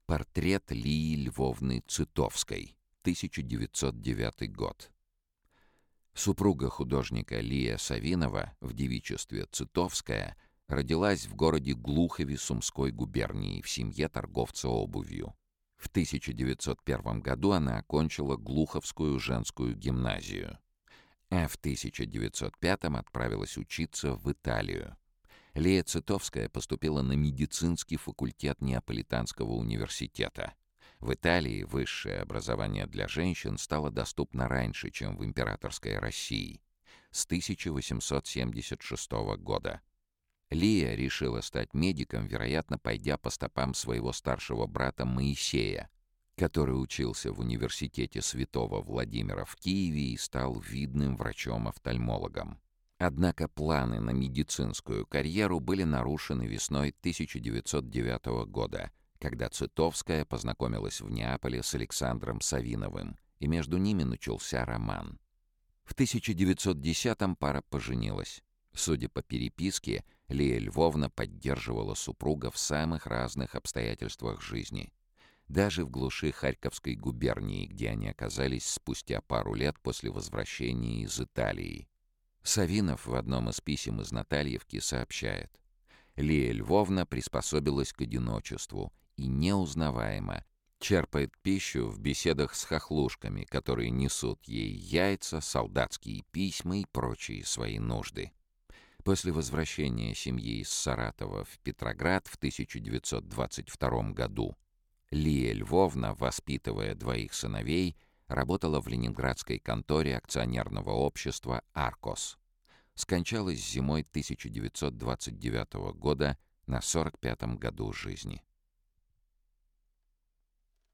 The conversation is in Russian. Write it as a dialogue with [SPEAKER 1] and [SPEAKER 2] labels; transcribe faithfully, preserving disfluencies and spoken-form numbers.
[SPEAKER 1] Портрет Лии Львовны Цытовской, тысяча девятьсот девятый год. Супруга художника Лия Савинова, в девичестве Цытовская, родилась в городе Глухове Сумской губернии в семье торговца обувью. В тысяча девятьсот первом году она окончила Глуховскую женскую гимназию, а в тысяча девятьсот пятом отправилась учиться в Италию. Лия Цытовская поступила на медицинский факультет Неаполитанского университета. В Италии высшее образование для женщин стало доступно раньше, чем в императорской России, с тысяча восемьсот семьдесят шестого года. Лия решила стать медиком, вероятно, пойдя по стопам своего старшего брата Моисея, который учился в университете Святого Владимира в Киеве и стал видным врачом-офтальмологом. Однако планы на медицинскую карьеру были нарушены весной тысяча девятьсот девятого года, когда Цытовская познакомилась в Неаполе с Александром Савиновым, и между ними начался роман. В тысяча девятьсот десятом пара поженилась. Судя по переписке, Лия Львовна поддерживала супруга в самых разных обстоятельствах жизни. Даже в глуши Харьковской губернии, где они оказались спустя пару лет после возвращения из Италии. Савинов в одном из писем из Натальевки сообщает: «Лия Львовна приспособилась к одиночеству и неузнаваемо черпает пищу в беседах с хохлушками, которые несут ей яйца, солдатские письма и прочие свои нужды». После возвращения семьи из Саратова в Петроград в тысяча девятьсот двадцать втором году Лия Львовна, воспитывая двоих сыновей, работала в ленинградской конторе акционерного общества «Аркос». Скончалась зимой тысяча девятьсот двадцать девятого года на сорок пятом году жизни.